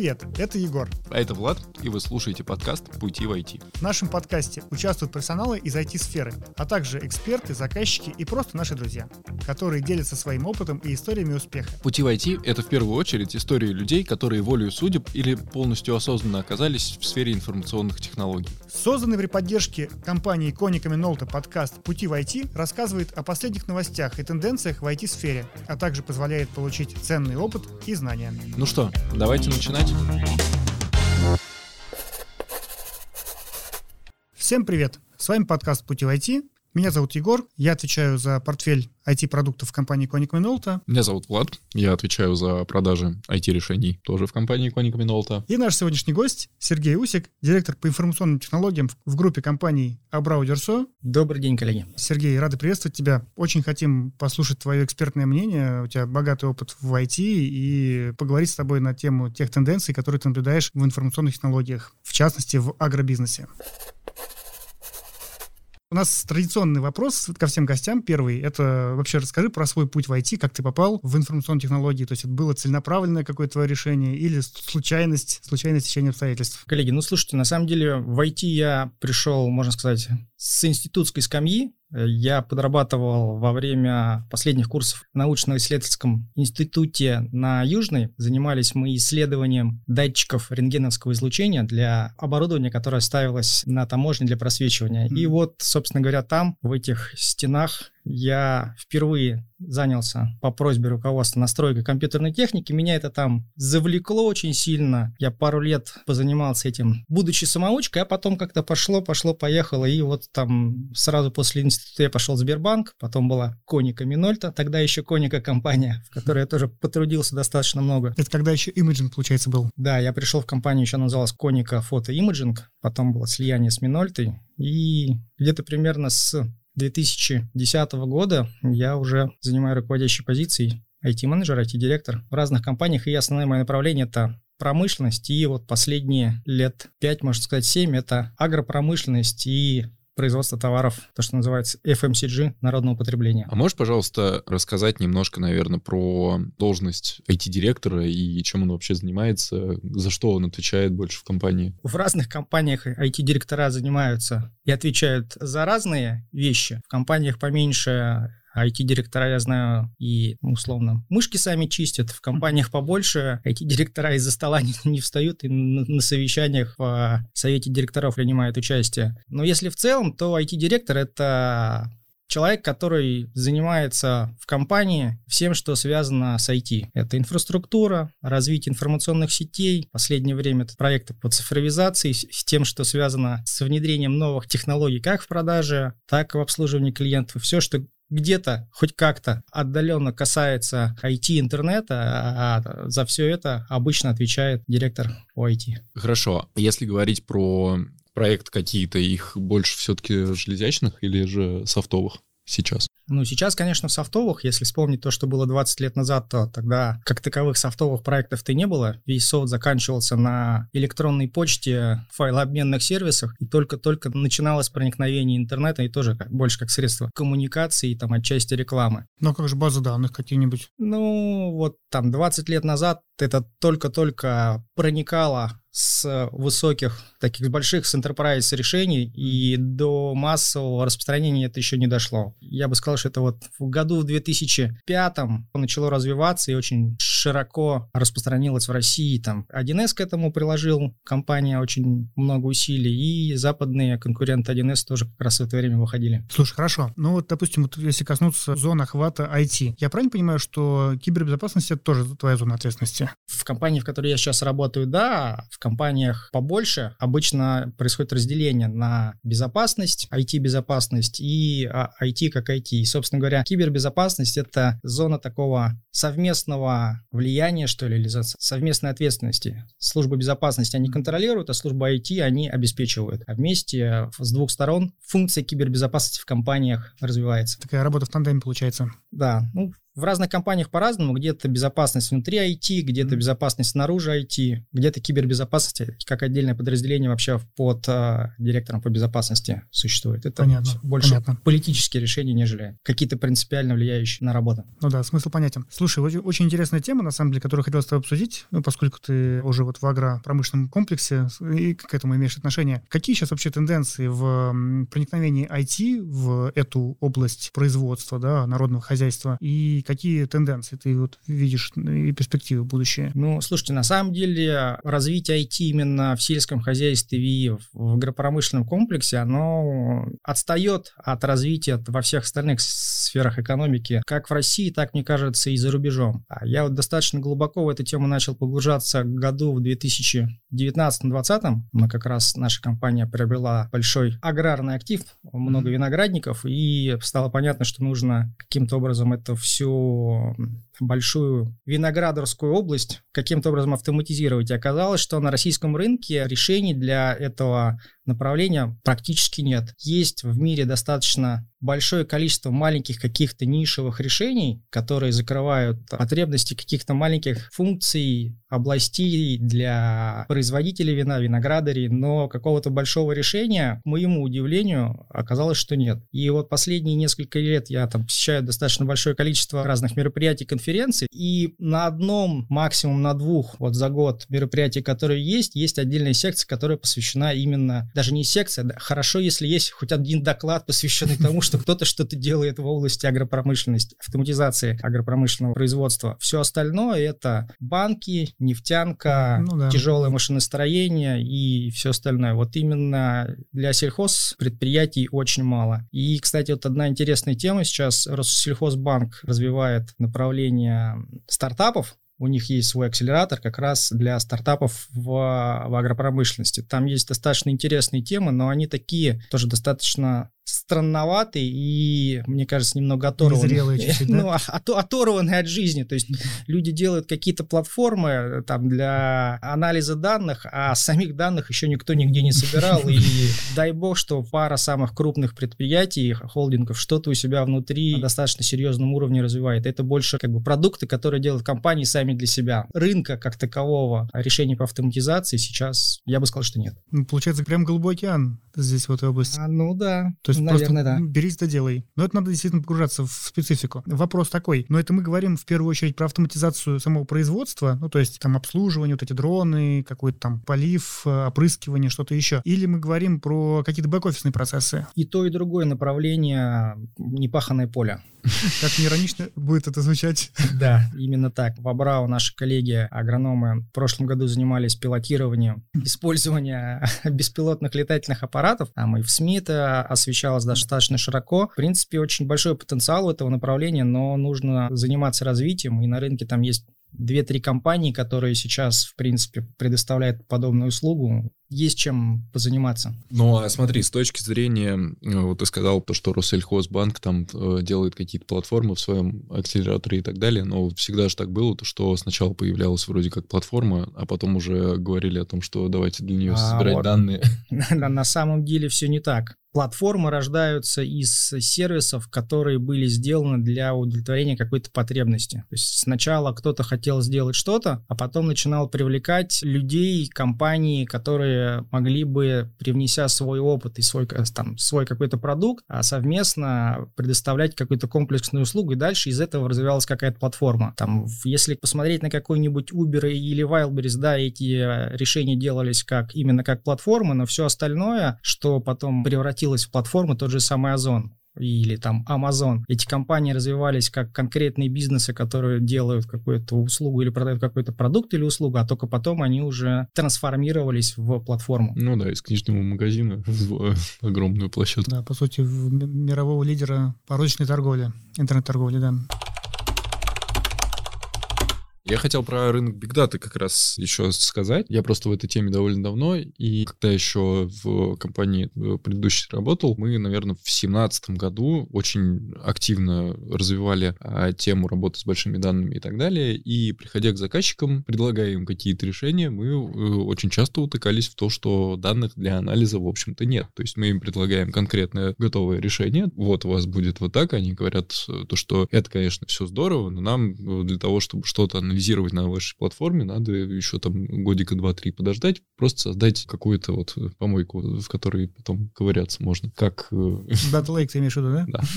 Привет, это Егор. А это Влад, и вы слушаете подкаст «Пути в IT». В нашем подкасте участвуют профессионалы из IT-сферы, а также эксперты, заказчики и просто наши друзья, которые делятся своим опытом и историями успеха. «Пути в IT» — это в первую очередь истории людей, которые волею судеб или полностью осознанно оказались в сфере информационных технологий. Созданный при поддержке компании Konica Minolta подкаст «Пути в IT» рассказывает о последних новостях и тенденциях в IT-сфере, а также позволяет получить ценный опыт и знания. Ну что, давайте начинать. Всем привет! С вами подкаст «Пути в IT». Меня зовут Егор, я отвечаю за портфель IT-продуктов в компании Konica Minolta. Меня зовут Влад, я отвечаю за продажи IT-решений тоже в компании Konica Minolta. И наш сегодняшний гость Сергей Усик, директор по информационным технологиям в группе компаний Абрау Дюрсо. Добрый день, коллеги. Сергей, рады приветствовать тебя. Очень хотим послушать твое экспертное мнение. У тебя богатый опыт в IT и поговорить с тобой на тему тех тенденций, которые ты наблюдаешь в информационных технологиях, в частности, в агробизнесе. У нас традиционный вопрос ко всем гостям. Первый — это вообще расскажи про свой путь в IT, как ты попал в информационные технологии. То есть это было целенаправленное какое-то твое решение или случайность течения обстоятельств? Коллеги, слушайте, на самом деле в IT я пришел, можно сказать, с институтской скамьи. Я подрабатывал во время последних курсов в научно-исследовательском институте на Южной. Занимались мы исследованием датчиков рентгеновского излучения для оборудования, которое ставилось на таможне для просвечивания. И вот, собственно говоря, там, в этих стенах, я впервые занялся по просьбе руководства настройкой компьютерной техники. Меня это там завлекло очень сильно. Я пару лет позанимался этим, будучи самоучкой, а потом как-то пошло-поехало. И вот там сразу после института я пошел в Сбербанк, потом была Konica Minolta, тогда еще Konica компания, в которой я тоже потрудился достаточно много. Это когда еще имиджинг, получается, был? Да, я пришел в компанию, еще называлась Konica Photo Imaging, потом было слияние с Minolta, и где-то примерно с 2010 года я уже занимаю руководящие позиции, IT-менеджер, IT-директор в разных компаниях, и основное мое направление — это промышленность, и вот последние лет 5, можно сказать 7, это агропромышленность и производство товаров, то, что называется FMCG, народного потребления. А можешь, пожалуйста, рассказать немножко, наверное, про должность IT-директора и чем он вообще занимается, за что он отвечает больше в компании? В разных компаниях IT-директора занимаются и отвечают за разные вещи. В компаниях поменьше IT-директора, я знаю, и, условно, мышки сами чистят. В компаниях побольше IT-директора из-за стола не встают и на совещаниях в совете директоров принимают участие. Но если в целом, то IT-директор — это человек, который занимается в компании всем, что связано с IT. Это инфраструктура, развитие информационных сетей. В последнее время это проекты по цифровизации, с тем, что связано с внедрением новых технологий как в продаже, так и в обслуживании клиентов. Все, что где-то хоть как-то отдаленно касается IT-интернета, а за все это обычно отвечает директор по IT. Хорошо. Если говорить про проект какие-то, их больше все-таки железячных или же софтовых сейчас? Сейчас, конечно, в софтовых, если вспомнить то, что было 20 лет назад, то тогда как таковых софтовых проектов-то и не было. Весь софт заканчивался на электронной почте, файлообменных сервисах, и только-только начиналось проникновение интернета, и тоже больше как средство коммуникации, там отчасти рекламы. Но как же базы данных какие-нибудь? 20 лет назад это только-только проникало с высоких, таких больших с enterprise решений, и до массового распространения это еще не дошло. Я бы сказал, что это в году в 2005-м начало развиваться и очень широко распространилось в России. Там 1С к этому приложил, компания очень много усилий, и западные конкуренты 1С тоже как раз в это время выходили. Слушай, хорошо. Допустим, если коснуться зоны охвата IT, я правильно понимаю, что кибербезопасность — это тоже твоя зона ответственности? В компании, в которой я сейчас работаю, да. В компаниях побольше обычно происходит разделение на безопасность, IT-безопасность и IT как IT. И, собственно говоря, кибербезопасность — это зона такого совместного влияния, что ли, или совместной ответственности. Служба безопасности они контролируют, а служба IT они обеспечивают. А вместе с двух сторон функция кибербезопасности в компаниях развивается. Такая работа в тандеме получается. Да, в разных компаниях по-разному. Где-то безопасность внутри IT, где-то безопасность снаружи IT, где-то кибербезопасность как отдельное подразделение вообще под директором по безопасности существует. Это больше политические решения, нежели какие-то принципиально влияющие на работу. Ну да, смысл понятен. Слушай, очень интересная тема, на самом деле, которую хотел с тобой обсудить, поскольку ты уже вот в агропромышленном комплексе и к этому имеешь отношение. Какие сейчас вообще тенденции в проникновении IT в эту область производства, да, народного хозяйства, и какие тенденции ты вот видишь и перспективы в будущее? Ну, слушайте, на самом деле развитие IT именно в сельском хозяйстве и в агропромышленном комплексе, оно отстает от развития во всех остальных сферах экономики, как в России, так, мне кажется, и за рубежом. Я вот достаточно глубоко в эту тему начал погружаться году в 2019-2020. Мы как раз, наша компания приобрела большой аграрный актив, много виноградников, и стало понятно, что нужно каким-то образом это всю большую виноградарскую область каким-то образом автоматизировать. И оказалось, что на российском рынке решений для этого направления практически нет. Есть в мире достаточно большое количество маленьких каких-то нишевых решений, которые закрывают потребности каких-то маленьких функций, областей для производителей вина, виноградарей, но какого-то большого решения, к моему удивлению, оказалось, что нет. И вот последние несколько лет я там посещаю достаточно большое количество разных мероприятий, конференций, и на одном, максимум на двух вот за год мероприятий, которые есть отдельная секция, которая посвящена именно, даже не секция, хорошо, если есть хоть один доклад, посвященный тому, что кто-то что-то делает в области агропромышленности, автоматизации агропромышленного производства. Все остальное — это банки, нефтянка, тяжелое машиностроение и все остальное. Вот именно для сельхозпредприятий очень мало. И, кстати, вот одна интересная тема сейчас. Россельхозбанк развивает направление стартапов. У них есть свой акселератор как раз для стартапов в агропромышленности. Там есть достаточно интересные темы, но они такие тоже достаточно странноватый и, мне кажется, немного оторванный. Незрелый чуть-чуть, да? Оторванный от жизни. То есть люди делают какие-то платформы там для анализа данных, а самих данных еще никто нигде не собирал. И дай бог, что пара самых крупных предприятий, холдингов, что-то у себя внутри на достаточно серьезном уровне развивает. Это больше как бы продукты, которые делают компании сами для себя. Рынка как такового, решений по автоматизации сейчас, я бы сказал, что нет. Получается, прям голубой океан здесь в этой области. Ну да. То есть наверное, просто да. Берись да делай. Но это надо действительно погружаться в специфику. Вопрос такой. Но это мы говорим в первую очередь про автоматизацию самого производства, ну то есть там обслуживание, вот эти дроны, какой-то там полив, опрыскивание, что-то еще. Или мы говорим про какие-то бэк-офисные процессы? И то, и другое направление — непаханное поле. Как неиронично будет это звучать. Да, именно так. В Абрау наши коллеги-агрономы в прошлом году занимались пилотированием использования беспилотных летательных аппаратов. Там и в СМИ это освещалось достаточно широко. В принципе, очень большой потенциал у этого направления, но нужно заниматься развитием, и на рынке там есть 2-3 компании, которые сейчас, в принципе, предоставляют подобную услугу. Есть чем позаниматься. Ну, а смотри, с точки зрения, вот ты сказал, то, что Россельхозбанк там делает какие-то платформы в своем акселераторе и так далее, но всегда же так было, то, что сначала появлялась вроде как платформа, а потом уже говорили о том, что давайте для нее собирать данные. На самом деле все не так. Платформы рождаются из сервисов, которые были сделаны для удовлетворения какой-то потребности. То есть сначала кто-то хотел сделать что-то, а потом начинал привлекать людей, компании, которые могли бы, привнеся свой опыт и свой какой-то продукт, совместно предоставлять какую-то комплексную услугу, и дальше из этого развивалась какая-то платформа. Там, если посмотреть на какой-нибудь Uber или Wildberries, да, эти решения делались именно как платформы, но все остальное, что потом превратилось в платформу, тот же самый Озон или там Amazon. Эти компании развивались как конкретные бизнесы, которые делают какую-то услугу или продают какой-то продукт или услугу, а только потом они уже трансформировались в платформу. Ну да, из книжного магазина в огромную площадку. Да, по сути, мирового лидера по розничной торговле, интернет-торговли, да. Я хотел про рынок бигдаты как раз еще сказать. Я просто в этой теме довольно давно, и когда еще в компании предыдущей работал, мы, наверное, в 2017 году очень активно развивали тему работы с большими данными и так далее, и, приходя к заказчикам, предлагая им какие-то решения, мы очень часто утыкались в то, что данных для анализа, в общем-то, нет. То есть мы им предлагаем конкретное готовое решение. Вот у вас будет вот так. Они говорят, то, что это, конечно, все здорово, но нам для того, чтобы что-то анализировать на вашей платформе, надо еще там годика 2-3 подождать, просто создать какую-то вот помойку, в которой потом ковыряться можно. Как... Data Lake ты имеешь в виду, да? Да.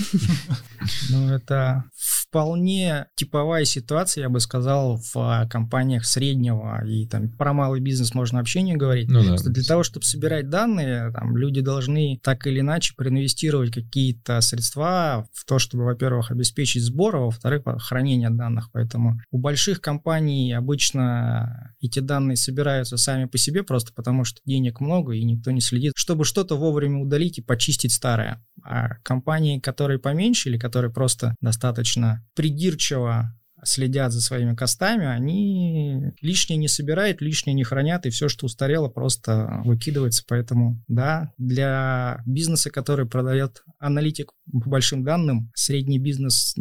Ну, это вполне типовая ситуация, я бы сказал, в компаниях среднего, и там про малый бизнес можно вообще не говорить. Ну, да. Для того, чтобы собирать данные, там, люди должны так или иначе проинвестировать какие-то средства в то, чтобы, во-первых, обеспечить сбор, а во-вторых, хранение данных. Поэтому у больших компаний обычно эти данные собираются сами по себе, просто потому что денег много и никто не следит, чтобы что-то вовремя удалить и почистить старое. А компании, которые поменьше или которые просто достаточно придирчиво следят за своими костами, они лишнее не собирают, лишнее не хранят, и все, что устарело, просто выкидывается. Поэтому, да, для бизнеса, который продает аналитик по большим данным, средний бизнес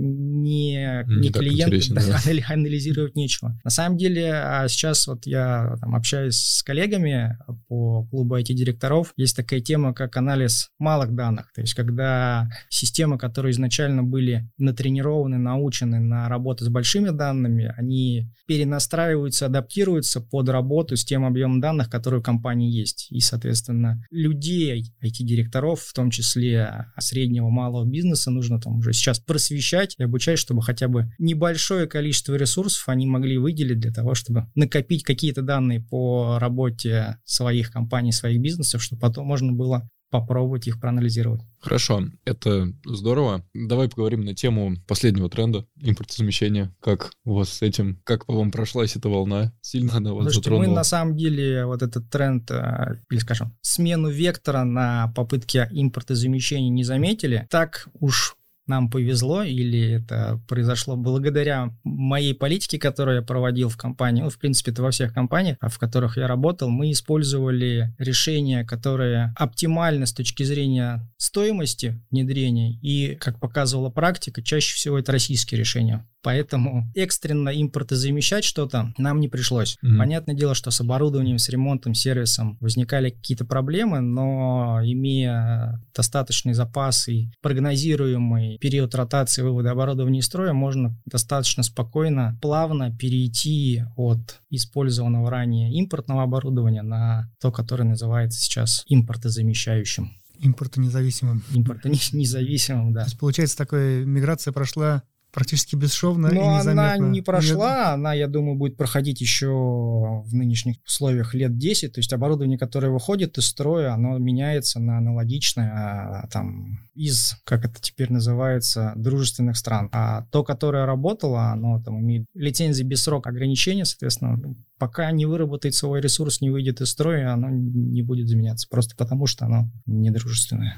не клиент, да. Анализировать нечего. На самом деле, сейчас вот я там общаюсь с коллегами по клубу IT-директоров, есть такая тема, как анализ малых данных, то есть когда системы, которые изначально были натренированы, научены на работу с большими данными, они перенастраиваются, адаптируются под работу с тем объемом данных, который у компании есть. И, соответственно, людей, IT-директоров, в том числе среднего, малого бизнеса, нужно там уже сейчас просвещать и обучать, чтобы хотя бы небольшое количество ресурсов они могли выделить для того, чтобы накопить какие-то данные по работе своих компаний, своих бизнесов, чтобы потом можно было попробовать их проанализировать. Хорошо, это здорово. Давай поговорим на тему последнего тренда импортозамещения. Как у вас с этим? Как по вам прошлась эта волна? Сильно она вас затронула? Мы на самом деле вот этот тренд, или скажем, смену вектора на попытки импортозамещения не заметили. Так уж нам повезло, или это произошло благодаря моей политике, которую я проводил в компании, ну, в принципе, это во всех компаниях, в которых я работал, мы использовали решения, которые оптимальны с точки зрения стоимости внедрения, и, как показывала практика, чаще всего это российские решения. Поэтому экстренно импортозамещать что-то нам не пришлось. Понятное дело, что с оборудованием, с ремонтом, сервисом возникали какие-то проблемы, но имея достаточный запас и прогнозируемый период ротации вывода оборудования из строя, можно достаточно спокойно, плавно перейти от использованного ранее импортного оборудования на то, которое называется сейчас импортозамещающим. Импортонезависимым. Импортонезависимым, да. То есть, получается, такая миграция прошла практически бесшовно и незаметно. Но она не прошла, она, я думаю, будет проходить еще в нынешних условиях лет 10. То есть оборудование, которое выходит из строя, оно меняется на аналогичное там из, как это теперь называется, дружественных стран. А то, которое работало, оно там имеет лицензии без срока ограничения, соответственно, пока не выработает свой ресурс, не выйдет из строя, оно не будет заменяться, просто потому что оно недружественное.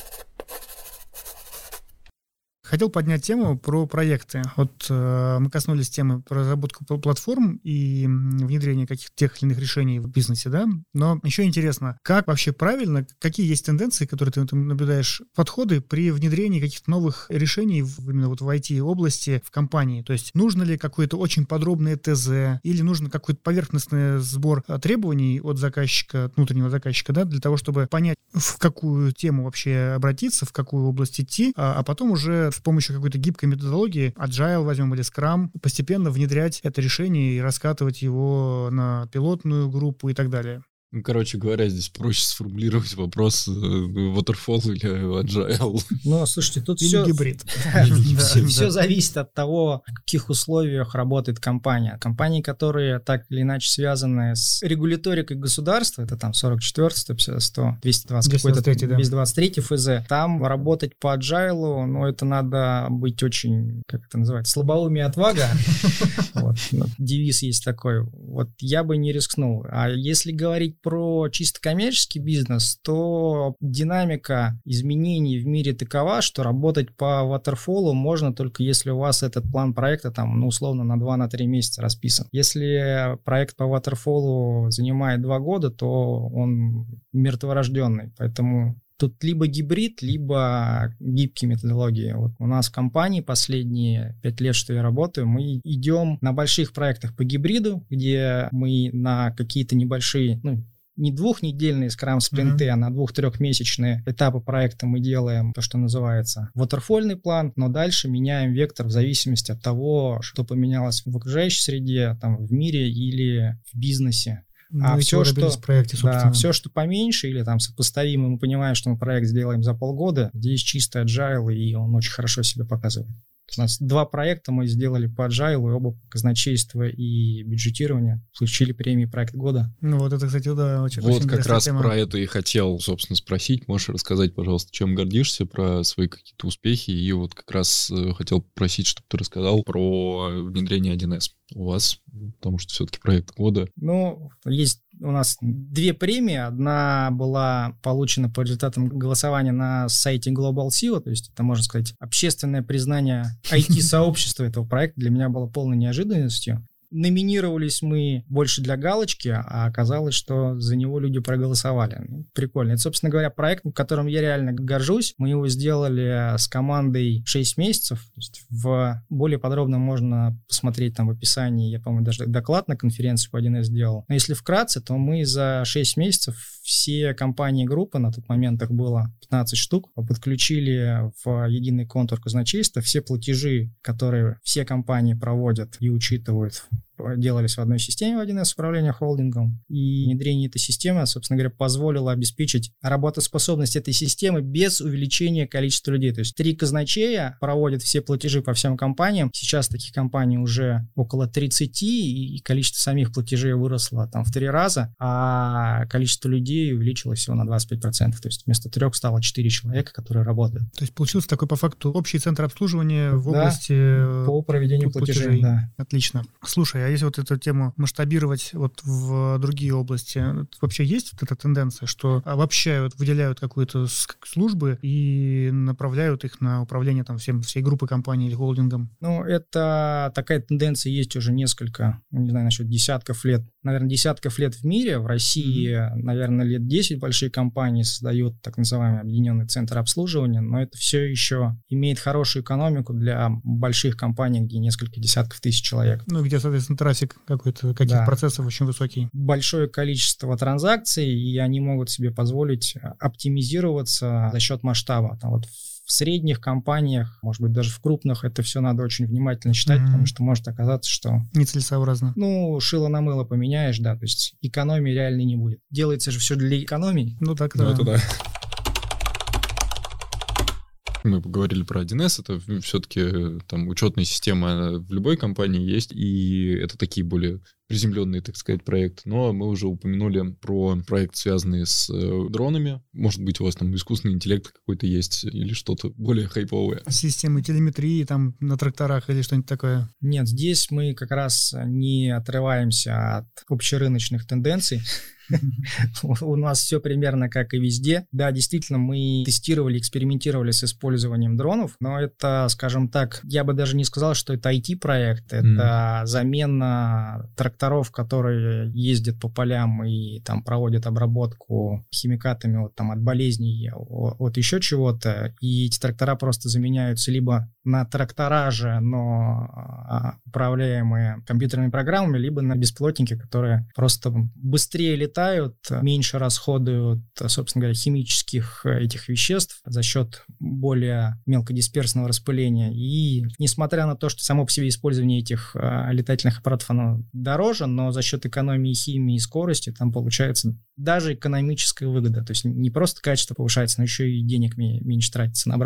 Хотел поднять тему про проекты. Вот мы коснулись темы про разработку платформ и внедрение каких-то тех или иных решений в бизнесе, да? Но еще интересно, как вообще правильно, какие есть тенденции, которые ты наблюдаешь, подходы при внедрении каких-то новых решений именно вот в IT-области в компании? То есть нужно ли какое-то очень подробное ТЗ или нужно какой-то поверхностный сбор требований от заказчика, от внутреннего заказчика, да, для того, чтобы понять, в какую тему вообще обратиться, в какую область идти, а потом уже с помощью какой-то гибкой методологии, Agile возьмем или Scrum, постепенно внедрять это решение и раскатывать его на пилотную группу и так далее. Короче говоря, здесь проще сформулировать вопрос waterfall или agile. Ну, слушайте, тут или все... гибрид. Все зависит от того, в каких условиях работает компания. Компании, которые так или иначе связаны с регуляторикой государства, это там 44, 150, 100, 220, какой-то 223 ФЗ, там работать по agile, ну, это надо быть очень, как это называется, слабоумие и отвага. Девиз есть такой. Вот я бы не рискнул. А если говорить про чисто коммерческий бизнес, то динамика изменений в мире такова, что работать по waterfall можно только если у вас этот план проекта там, условно на 2-3 месяца расписан. Если проект по waterfall занимает 2 года, то он мертворожденный, поэтому тут либо гибрид, либо гибкие методологии. Вот у нас в компании последние 5 лет, что я работаю, мы идем на больших проектах по гибриду, где мы на какие-то небольшие, не 2-недельные скрам-спринты, а на 2-3-месячные этапы проекта мы делаем то, что называется waterfallный план, но дальше меняем вектор в зависимости от того, что поменялось в окружающей среде, там, в мире или в бизнесе. Все, что поменьше или там сопоставимо, мы понимаем, что мы проект сделаем за полгода, здесь чисто agile, и он очень хорошо себя показывает. У нас 2 проекта мы сделали по agile, и оба казначейство и бюджетирование получили премии «Проект года». Вот это, кстати, да, очень Вот как раз тема. про это и хотел, собственно, спросить. Можешь рассказать, пожалуйста, чем гордишься, про свои какие-то успехи? И вот как раз хотел попросить, чтобы ты рассказал про внедрение 1С у вас, потому что все-таки проект года. Есть у нас 2 премии. Одна была получена по результатам голосования на сайте Global SEO, то есть это, можно сказать, общественное признание IT-сообщества этого проекта. Для меня было полной неожиданностью. Номинировались мы больше для галочки, а оказалось, что за него люди проголосовали. Прикольно. Это, собственно говоря, проект, которым я реально горжусь. Мы его сделали с командой 6 месяцев. То есть более подробно можно посмотреть там в описании. Я, по-моему, даже доклад на конференции по 1С сделал. Но если вкратце, то мы за 6 месяцев все компании группы, на тот момент их было 15 штук, подключили в единый контур казначейства. Все платежи, которые все компании проводят и учитывают, делались в одной системе в 1С управления холдингом. И внедрение этой системы, собственно говоря, позволило обеспечить работоспособность этой системы без увеличения количества людей. То есть 3 казначея проводят все платежи по всем компаниям. Сейчас таких компаний уже около 30, и количество самих платежей выросло там в 3 раза, а количество людей увеличилось всего на 25%. То есть вместо 3 стало 4 человека, которые работают. То есть получился такой по факту общий центр обслуживания в области по проведению платежей. Да. Отлично. Слушай, а если вот эту тему масштабировать вот в другие области, вообще есть вот эта тенденция, что обобщают, выделяют какую-то службы и направляют их на управление там всей группой компаний или холдингом? Это такая тенденция есть уже несколько, не знаю, насчет десятков лет. Наверное, десятков лет в мире. В России, наверное, лет 10 большие компании создают так называемый объединенный центр обслуживания, но это все еще имеет хорошую экономику для больших компаний, где несколько десятков тысяч человек. Где, соответственно, трафик какой-то, каких процессов очень высокий. Большое количество транзакций, и они могут себе позволить оптимизироваться за счет масштаба. Вот в средних компаниях, может быть, даже в крупных, это все надо очень внимательно считать, потому что может оказаться, что... Нецелесообразно. Шило на мыло поменяешь, да, то есть экономии реальной не будет. Делается же все для экономии. Так, да. Это да. Мы поговорили про 1С, это все-таки там учетная система в любой компании есть, и это такие более приземленные, так сказать, проекты. Но мы уже упомянули про проект, связанный с дронами. Может быть, у вас там искусственный интеллект какой-то есть или что-то более хайповое. Системы телеметрии там на тракторах или что-нибудь такое? Нет, здесь мы как раз не отрываемся от общерыночных тенденций. У нас все примерно как и везде. Да, действительно, мы тестировали, экспериментировали с использованием дронов, но это, скажем так, я бы даже не сказал, что это IT-проект, это замена тракторов, которые ездят по полям и там проводят обработку химикатами от болезней, от еще чего-то, и эти трактора просто заменяются либо на трактора же, но управляемые компьютерными программами, либо на беспилотники, которые просто быстрее летают, меньше расходуют, собственно говоря, химических этих веществ за счет более мелкодисперсного распыления. И несмотря на то, что само по себе использование этих летательных аппаратов, оно дороже, но за счет экономии химии и скорости там получается даже экономическая выгода. То есть не просто качество повышается, но еще и денег меньше тратится на обработку.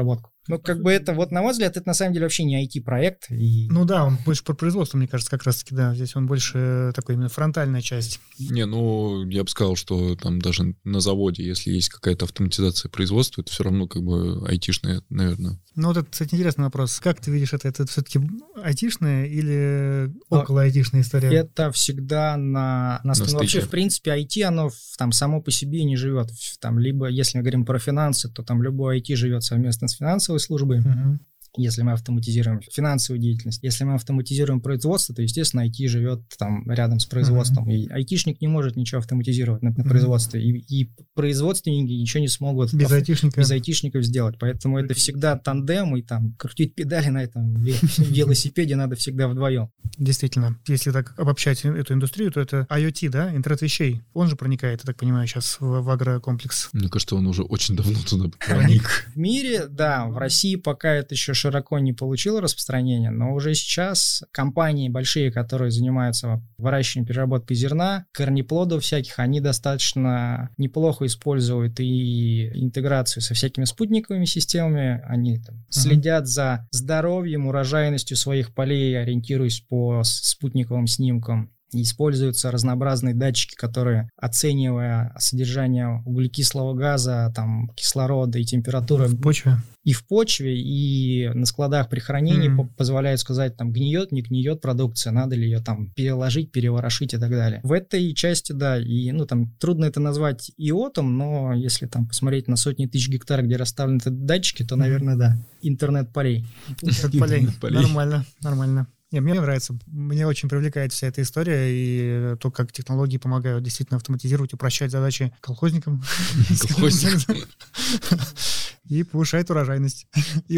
Ну, как бы это, вот на мой взгляд, это на самом деле вообще не IT-проект. Ну да, он больше про производство, мне кажется, как раз-таки, да. Здесь он больше такой именно фронтальная часть. Не, ну, я бы сказал, что там даже на заводе, если есть какая-то автоматизация производства, это все равно как бы айтишное, наверное. Ну вот это, кстати, интересный вопрос. Как ты видишь это? Это все-таки айтишная или около айтишная история? Это всегда на стыке. Вообще, в принципе, IT, оно там само по себе не живет. Там, либо, если мы говорим про финансы, то там любой IT живет совместно с финансовой службой. Если мы автоматизируем финансовую деятельность. Если мы автоматизируем производство, то, естественно, IT живет там рядом с производством. И айтишник не может ничего автоматизировать на производстве. И производственники ничего не смогут без айтишников сделать. Поэтому это всегда тандем, и там крутить педали на этом велосипеде надо всегда вдвоем. Действительно. Если так обобщать эту индустрию, то это IoT, да, интернет вещей. Он же проникает, я так понимаю, сейчас в агрокомплекс. Мне кажется, он уже очень давно туда проник. В мире, да, в России пока это еще широко не получило распространения, но уже сейчас компании большие, которые занимаются выращиванием, переработкой зерна, корнеплодов всяких, они достаточно неплохо используют и интеграцию со всякими спутниковыми системами, они там следят за здоровьем, урожайностью своих полей, ориентируясь по спутниковым снимкам. Используются разнообразные датчики, которые, оценивая содержание углекислого газа, там, кислорода и температуры в почве, и на складах при хранении позволяют сказать, там, гниет, не гниет продукция, надо ли ее там переложить, переворошить и так далее. В этой части, да, и, ну, там, трудно это назвать иотом, но если там посмотреть на сотни тысяч гектар, где расставлены эти датчики, то, наверное, да, интернет полей. Интернет полей. Нормально. Не, мне нравится. Мне очень привлекает вся эта история и то, как технологии помогают действительно автоматизировать, упрощать задачи колхозникам. И повышает урожайность. И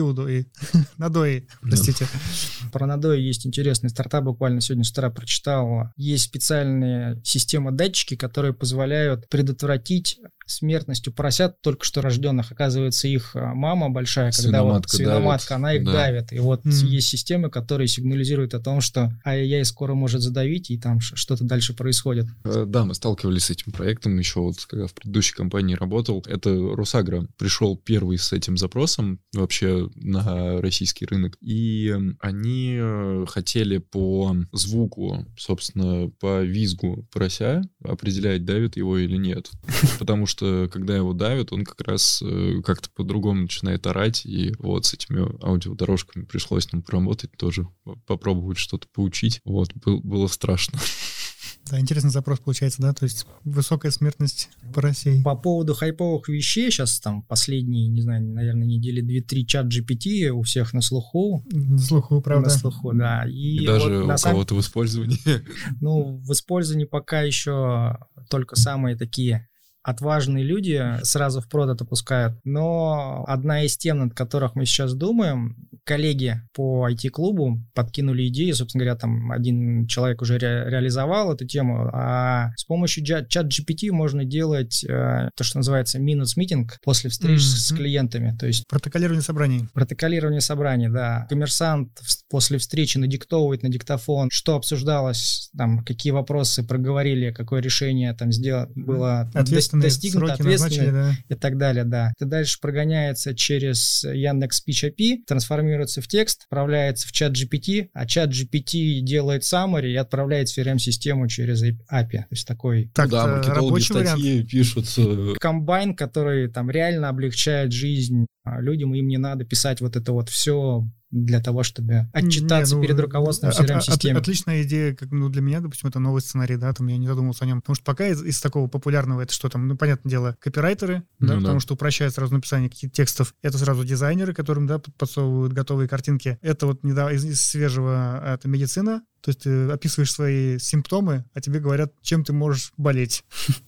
надои, простите. Про надои есть интересный стартап, буквально сегодня с утра прочитал. Есть специальная система датчики, которые позволяют предотвратить смертность у поросят только что рожденных. Оказывается, их мама большая, когда свиноматка, она их давит. И вот есть системы, которые сигнализируют о том, что ай-яй скоро может задавить, и там что-то дальше происходит. Да, мы сталкивались с этим проектом еще, вот когда в предыдущей компании работал. Это Росагро пришел первый с этим запросом вообще на российский рынок. И они хотели по звуку, собственно, по визгу порося определять, давит его или нет. Потому что, когда его давят, он как раз как-то по-другому начинает орать. И вот с этими аудиодорожками пришлось нам поработать тоже, попробовать что-то поучить. Вот, было страшно. Да, интересный запрос получается, да, то есть высокая смертность поросей. По поводу хайповых вещей, сейчас там последние, не знаю, наверное, недели 2-3 чат GPT у всех на слуху. На слуху, правда. На слуху, да. И даже вот у кого-то в использовании. Ну, в использовании пока еще только самые такие отважные люди сразу в прод это пускают. Но одна из тем, над которых мы сейчас думаем, коллеги по IT-клубу подкинули идею, собственно говоря, там один человек уже реализовал эту тему, а с помощью чат-GPT можно делать то, что называется minutes meeting после встреч с клиентами. То есть протоколирование собраний. Протоколирование собраний, да. Коммерсант после встречи надиктовывает на диктофон, что обсуждалось, там, какие вопросы проговорили, какое решение там было достигнуто, ответственно и так далее, да. Это дальше прогоняется через Яндекс.Speech API, трансформируется в текст, отправляется в чат GPT, а чат GPT делает summary и отправляет в CRM-систему через API. То есть такой... Так, да, маркетологи статьи пишут. Комбайн, который там реально облегчает жизнь людям, им не надо писать вот это вот все для того, чтобы отчитаться перед руководством CRM-системы. Отличная идея, как, для меня, допустим, это новый сценарий, да, там я не задумывался о нем, потому что пока из такого популярного это что там, понятное дело, копирайтеры, да, потому что упрощает сразу написание каких-то текстов, это сразу дизайнеры, которым, да, подсовывают готовые картинки, это вот недавно из свежего, это медицина, то есть ты описываешь свои симптомы, а тебе говорят, чем ты можешь болеть.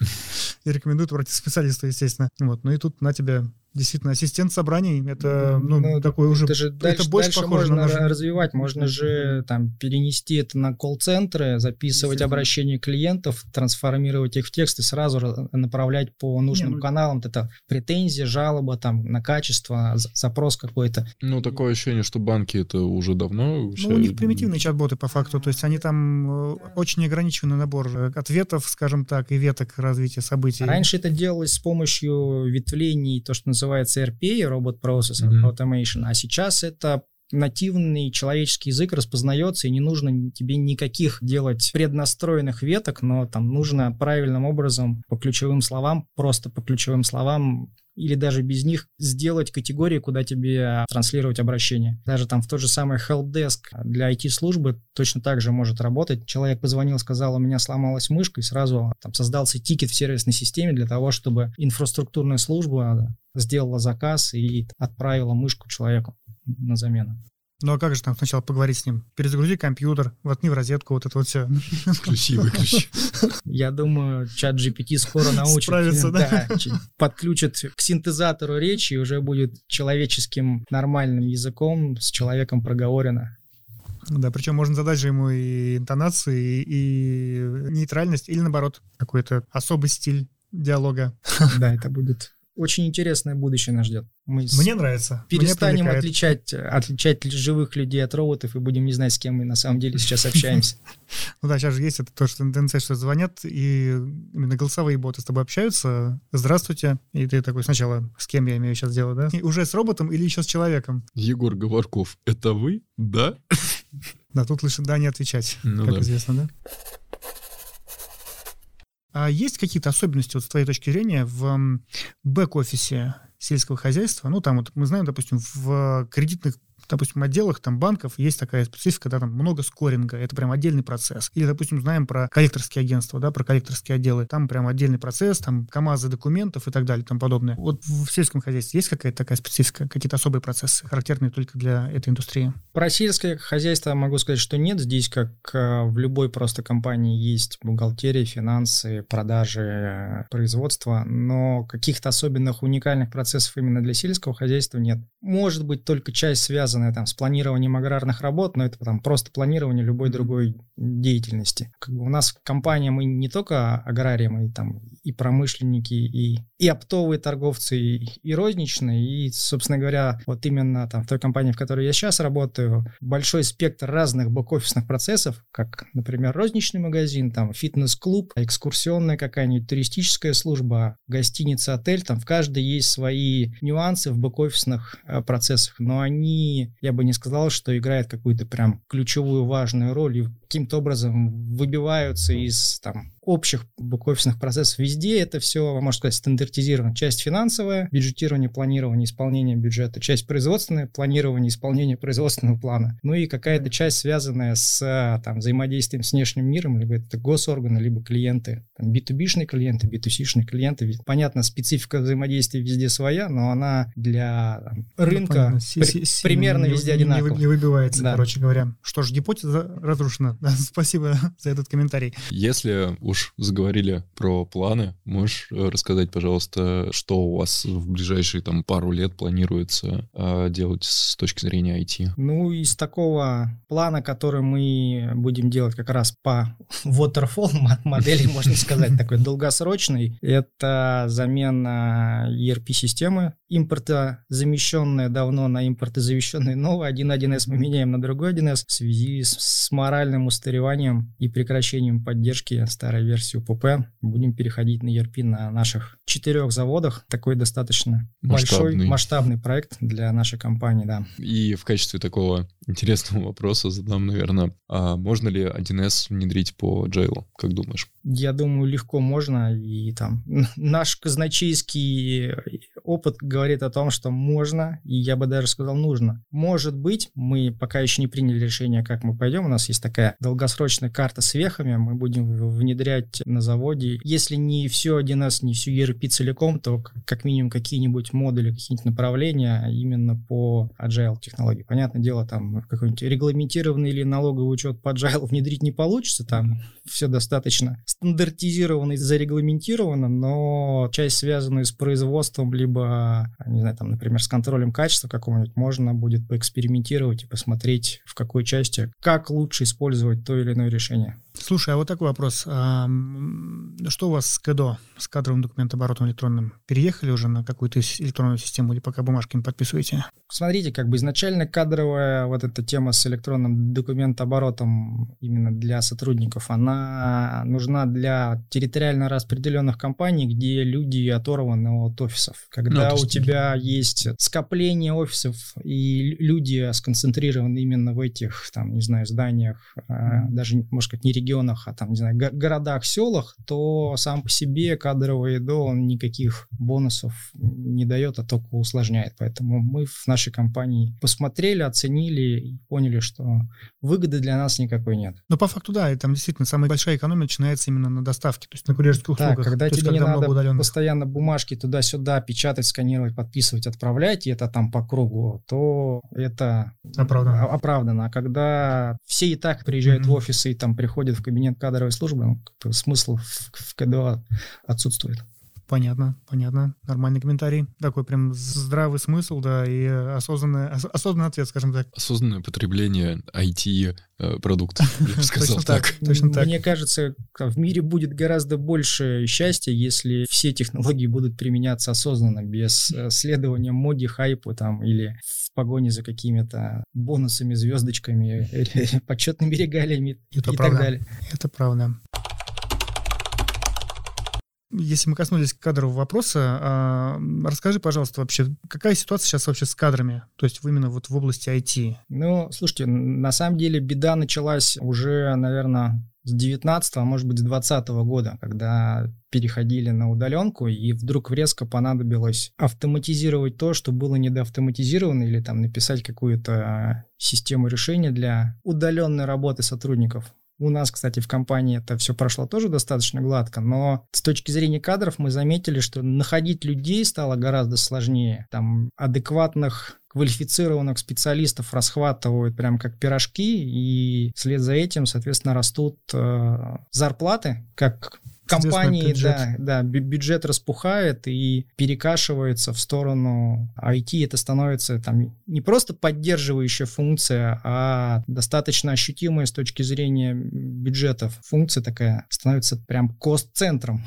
И рекомендуют обратиться к специалисту, естественно. Вот, ну и тут на тебя действительно ассистент собраний, это такой уже... Это больше похоже можно развивать, можно же там перенести это на колл-центры, записывать обращения клиентов, трансформировать их в текст и сразу направлять по нужным каналам. Это претензия, жалоба там на качество, запрос какой-то. Ну, такое ощущение, что банки это уже давно... Ну, у них примитивные чат-боты по факту, то есть они там очень ограниченный набор ответов, скажем так, и веток развития событий. Раньше это делалось с помощью ветвлений, то, что называется называется RPA, Robot Process Automation, а сейчас это нативный человеческий язык распознается, и не нужно тебе никаких делать преднастроенных веток, но там нужно правильным образом по ключевым словам, просто по ключевым словам, или даже без них сделать категории, куда тебе транслировать обращение. Даже там в тот же самый helpdesk для IT-службы точно так же может работать. Человек позвонил, сказал, у меня сломалась мышка, и сразу там создался тикет в сервисной системе для того, чтобы инфраструктурная служба сделала заказ и отправила мышку человеку на замену. Ну а как же там сначала поговорить с ним? Перезагрузи компьютер, воткни в розетку, вот это вот все. Включи, выключи. Я думаю, чат GPT скоро научит. Справится, да? Подключит к синтезатору речи, и уже будет человеческим нормальным языком с человеком проговорено. Да, причем можно задать же ему и интонации, и нейтральность, или наоборот, какой-то особый стиль диалога. Да, это будет... Очень интересное будущее нас ждет. Мне нравится. Перестанем отличать живых людей от роботов и будем не знать, с кем мы на самом деле сейчас общаемся. Ну да, сейчас же есть это тоже тенденция, что звонят, и именно голосовые боты с тобой общаются. Здравствуйте. И ты такой сначала, с кем я имею сейчас дело, да? И уже с роботом или еще с человеком? Егор Говорков, это вы? Да? Да, тут лучше да не отвечать, как известно, да? А есть какие-то особенности, вот, с твоей точки зрения, в бэк-офисе сельского хозяйства? Ну, там вот мы знаем, допустим, в кредитных, допустим, отделах там банков есть такая специфика, да, там много скоринга, это прям отдельный процесс. Или, допустим, знаем про коллекторские агентства, да, про коллекторские отделы, там прям отдельный процесс, там КАМАЗы документов и так далее, там подобное. Вот в сельском хозяйстве есть какая-то такая специфика, какие-то особые процессы, характерные только для этой индустрии? Про сельское хозяйство могу сказать, что нет. Здесь, как в любой просто компании, есть бухгалтерия, финансы, продажи, производство, но каких-то особенных уникальных процессов именно для сельского хозяйства нет. Может быть, только часть связанная там с планированием аграрных работ, но это там просто планирование любой другой деятельности. Как бы у нас компания, мы не только аграрии, мы там и промышленники, и оптовые торговцы, и розничные, и, собственно говоря, вот именно там в той компании, в которой я сейчас работаю, большой спектр разных бэк-офисных процессов, как, например, розничный магазин, там фитнес-клуб, экскурсионная какая-нибудь туристическая служба, гостиница, отель, там в каждой есть свои нюансы в бэк-офисных процессах, но они, я бы не сказал, что играют какую-то прям ключевую важную роль и каким-то образом выбиваются из там общих бэк-офисных процессов. Везде это все, можно сказать, стандартизировано. Часть финансовая, бюджетирование, планирование, исполнение бюджета, часть производственное, планирование, исполнение производственного плана. Ну и какая-то часть, связанная с там, взаимодействием с внешним миром, либо это госорганы, либо клиенты. Там, B2B-шные клиенты, B2C-шные клиенты. Понятно, специфика взаимодействия везде своя, но она для там, рынка примерно везде одинаковая. Не выбивается, да. Короче говоря. Что ж, гипотеза разрушена. Да, спасибо за этот комментарий. Если уж заговорили про планы, можешь рассказать, пожалуйста, что у вас в ближайшие там пару лет планируется делать с точки зрения IT? Ну, из такого плана, который мы будем делать как раз по waterfall модели, можно сказать, такой долгосрочный, это замена ERP-системы, импортозамещенная давно на импортозавещенный новый. 1.1С мы меняем на другой 1С в связи с моральным устареванием и прекращением поддержки старой версии УПП. Будем переходить на ERP на наших 4 заводах. Такой достаточно большой, масштабный проект для нашей компании, да. И в качестве такого интересного вопроса задам, наверное, можно ли 1С внедрить по Agile, как думаешь? Я думаю, легко можно. И там наш казначейский опыт говорит о том, что можно, и я бы даже сказал, нужно. Может быть, мы пока еще не приняли решение, как мы пойдем. У нас есть такая долгосрочная карта с вехами. Мы будем внедрять на заводе. Если не все 1С, не всю ERP целиком, то как минимум какие-нибудь модули, какие-нибудь направления именно по Agile технологии. Понятное дело, там какой-нибудь регламентированный или налоговый учет по Agile внедрить не получится. Там все достаточно стандартизировано и зарегламентировано, но часть, связанную с производством, либо, не знаю, там, например, с контролем качества какого-нибудь, можно будет поэкспериментировать и посмотреть, в какой части, как лучше использовать то или иное решение. Слушай, а вот такой вопрос. Что у вас с КЭДО, с кадровым документооборотом электронным? Переехали уже на какую-то электронную систему или пока бумажками подписываете? Смотрите, как бы изначально кадровая вот эта тема с электронным документооборотом именно для сотрудников, она нужна для территориально распределенных компаний, где люди оторваны от офисов. Когда у тебя есть скопление офисов и люди сконцентрированы именно в этих, там, не знаю, зданиях, даже, можно сказать, не регионах, а там, не знаю, городах, селах, то сам по себе кадровый ЭДО, он никаких бонусов не дает, а только усложняет. Поэтому мы в нашей компании посмотрели, оценили и поняли, что выгоды для нас никакой нет. Но по факту, да, и там действительно самая большая экономия начинается именно на доставке, то есть на курьерских услугах. Да, когда тебе не надо постоянно бумажки туда-сюда печатать, сканировать, подписывать, отправлять, и это там по кругу, то это оправдано. А когда все и так приезжают в офисы и там приходят в кабинет кадровой службы, смысл в КДО отсутствует. Понятно. Нормальный комментарий. Такой прям здравый смысл, да, и осознанный ответ, скажем так. Осознанное потребление IT-продуктов, я бы сказал так. Точно так. Мне кажется, в мире будет гораздо больше счастья, если все технологии будут применяться осознанно, без следования моде, хайпу там, или в погоне за какими-то бонусами, звездочками, почетными регалиями и так далее. Это правда. Если мы коснулись кадрового вопроса, расскажи, пожалуйста, вообще, какая ситуация сейчас вообще с кадрами, то есть именно вот в области IT? Ну, слушайте, на самом деле беда началась уже, наверное, с 19-го, а может быть, с 20-го года, когда переходили на удаленку, и вдруг резко понадобилось автоматизировать то, что было недоавтоматизировано, или там написать какую-то систему решения для удаленной работы сотрудников. У нас, кстати, в компании это все прошло тоже достаточно гладко, но с точки зрения кадров мы заметили, что находить людей стало гораздо сложнее. Там адекватных, квалифицированных специалистов расхватывают прям как пирожки, и вслед за этим, соответственно, растут зарплаты, как компании, бюджет распухает и перекашивается в сторону IT. Это становится там не просто поддерживающая функция, а достаточно ощутимая с точки зрения бюджетов. Функция такая становится прям кост-центром.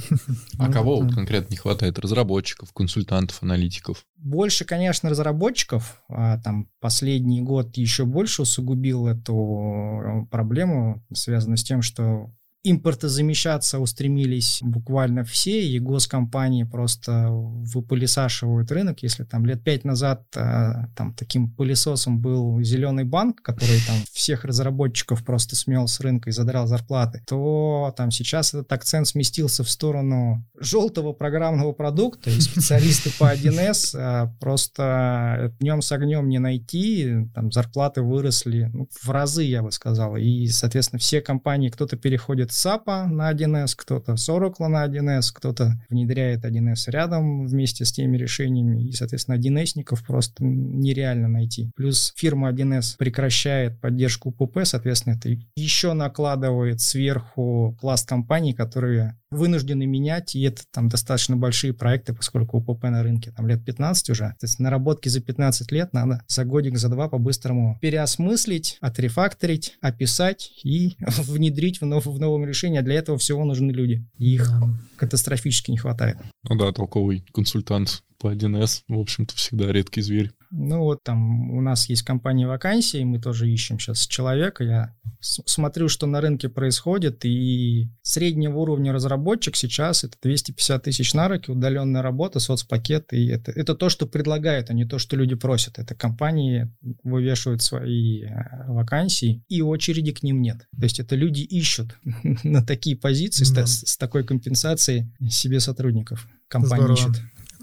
А кого конкретно не хватает? Разработчиков, консультантов, аналитиков? Больше, конечно, разработчиков. Там последний год еще больше усугубил эту проблему, связанную с тем, что импортозамещаться устремились буквально все, и госкомпании просто выпылесашивают рынок. Если там лет 5 назад там таким пылесосом был Зеленый банк, который там всех разработчиков просто смел с рынка и задрал зарплаты, то там сейчас этот акцент сместился в сторону желтого программного продукта, и специалисты по 1С просто днем с огнем не найти, там зарплаты выросли в разы, я бы сказал, и, соответственно, все компании, кто-то переходит с SAP на 1С, кто-то с Oracle на 1С, кто-то внедряет 1С рядом вместе с теми решениями, и, соответственно, 1С-ников просто нереально найти. Плюс фирма 1С прекращает поддержку ПП, соответственно, это еще накладывает сверху пласт компаний, которые вынуждены менять, и это там достаточно большие проекты, поскольку УПП на рынке там лет 15 уже. То есть наработки за 15 лет надо за годик, за два по-быстрому переосмыслить, отрефакторить, описать и внедрить в новом решении. А для этого всего нужны люди. И их катастрофически не хватает. Ну да, толковый консультант по 1С, в общем-то, всегда редкий зверь. Ну вот там у нас есть компания вакансий, мы тоже ищем сейчас человека. Я смотрю, что на рынке происходит, и среднего уровня разработчик сейчас это 250 тысяч на руки, удаленная работа, соцпакет, и это то, что предлагают, а не то, что люди просят. Это компании вывешивают свои вакансии, и очереди к ним нет. То есть это люди ищут на такие позиции с такой компенсацией себе сотрудников. Компания ищет.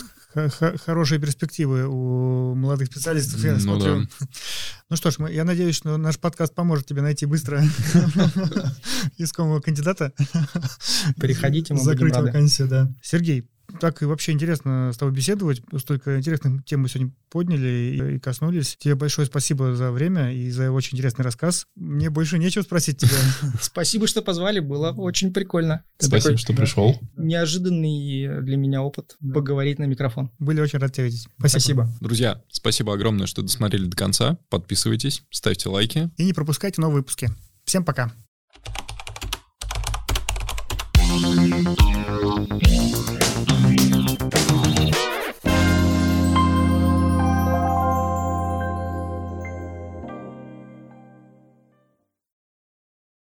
Хорошие перспективы у молодых специалистов, я смотрю. Да. Ну что ж, я надеюсь, что наш подкаст поможет тебе найти быстро искомого кандидата. Приходите, мы закрыть вакансию, да. Сергей, так и вообще интересно с тобой беседовать. Столько интересных тем мы сегодня подняли и коснулись. Тебе большое спасибо за время и за очень интересный рассказ. Мне больше нечего спросить тебя. Спасибо, что позвали. Было очень прикольно. Спасибо, что пришел. Неожиданный для меня опыт поговорить на микрофон. Были очень рады тебя видеть. Спасибо. Друзья, спасибо огромное, что досмотрели до конца. Подписывайтесь, ставьте лайки. И не пропускайте новые выпуски. Всем пока.